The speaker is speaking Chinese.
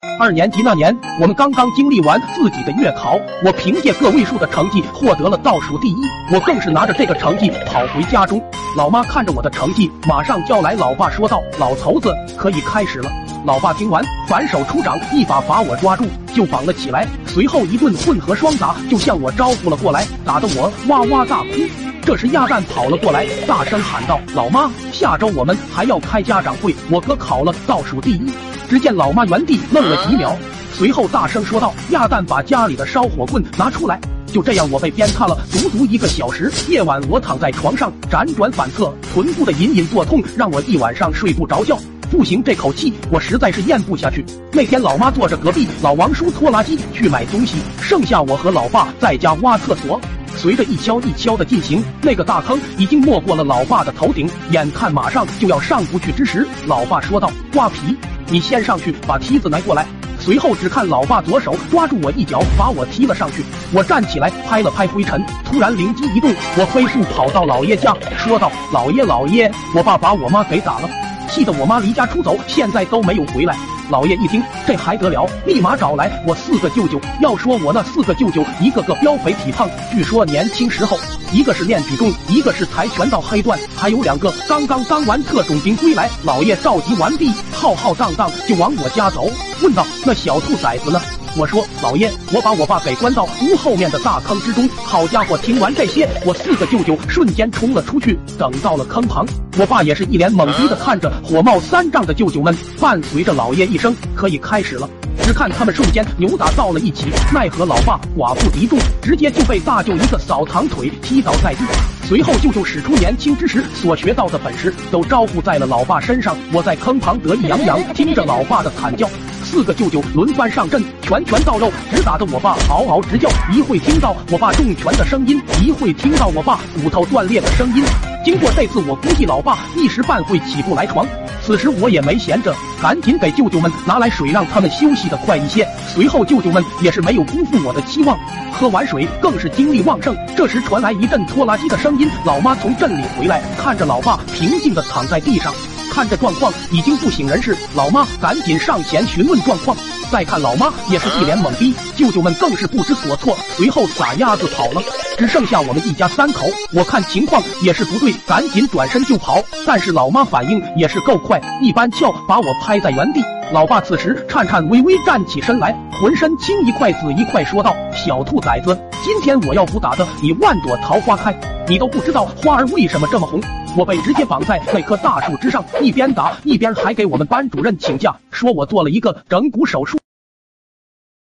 2年级那年，我们刚刚经历完自己的月考，我凭借个位数的成绩获得了倒数第1，我更是拿着这个成绩跑回家中。老妈看着我的成绩，马上叫来老爸说道：“老头子，可以开始了。”老爸听完，反手出掌，一把把我抓住，就绑了起来，随后一顿混合双打就向我招呼了过来，打得我哇哇大哭。这时鸭蛋跑了过来，大声喊道：“老妈，下周我们还要开家长会，我哥考了倒数第1。”只见老妈原地愣了几秒，随后大声说道：“鸭蛋，把家里的烧火棍拿出来。”就这样，我被鞭挞了足足1个小时。夜晚，我躺在床上辗转反侧，臀部的隐隐作痛让我一晚上睡不着觉。不行，这口气我实在是咽不下去。那天老妈坐着隔壁老王叔拖拉机去买东西，剩下我和老爸在家挖厕所。随着一锹一锹的进行，那个大坑已经没过了老爸的头顶，眼看马上就要上不去之时，老爸说道：“瓜皮，你先上去，把梯子拿过来。”随后只看老爸左手抓住我一脚，把我踢了上去。我站起来拍了拍灰尘，突然灵机一动，我飞速跑到姥爷家，说道：“姥爷，我爸把我妈给打了，气得我妈离家出走，现在都没有回来。”老爷一听，这还得了，立马找来我4个舅舅。要说我那4个舅舅，一个个膘肥体胖，据说年轻时候，一个是练举重，一个是跆拳道黑段，还有2个刚刚当完特种兵归来。老爷召集完毕，浩浩荡荡就往我家走，问道：“那小兔崽子呢？”我说：“老爷，我把我爸给关到屋后面的大坑之中。”好家伙，听完这些，我4个舅舅瞬间冲了出去，等到了坑旁，我爸也是一脸懵逼的看着火冒3丈的舅舅们，伴随着老爷一声“可以开始了”，只看他们瞬间扭打到了一起，奈何老爸寡不敌众，直接就被大舅一个扫堂腿踢倒在地。随后舅舅使出年轻之时所学到的本事，都招呼在了老爸身上。我在坑旁得意洋洋，听着老爸的惨叫。4个舅舅轮番上阵，拳到肉，直打得我爸嗷嗷直叫。一会听到我爸重拳的声音，一会听到我爸骨头断裂的声音。经过这次，我估计老爸一时半会起不来床。此时我也没闲着，赶紧给舅舅们拿来水，让他们休息的快一些。随后舅舅们也是没有辜负我的期望，喝完水更是精力旺盛。这时传来一阵拖拉机的声音，老妈从镇里回来，看着老爸平静地躺在地上，看着状况已经不省人事，老妈赶紧上前询问状况。再看老妈也是一脸懵逼，舅舅们更是不知所措，随后撒丫子跑了，只剩下我们一家3口。我看情况也是不对，赶紧转身就跑，但是老妈反应也是够快，一般撬把我拍在原地。老爸此时颤颤巍巍站起身来，浑身青一块紫一块，说道：“小兔崽子，今天我要不打得你万朵桃花开，你都不知道花儿为什么这么红。”我被直接绑在那棵大树之上，一边打一边还给我们班主任请假，说我做了一个整骨手术。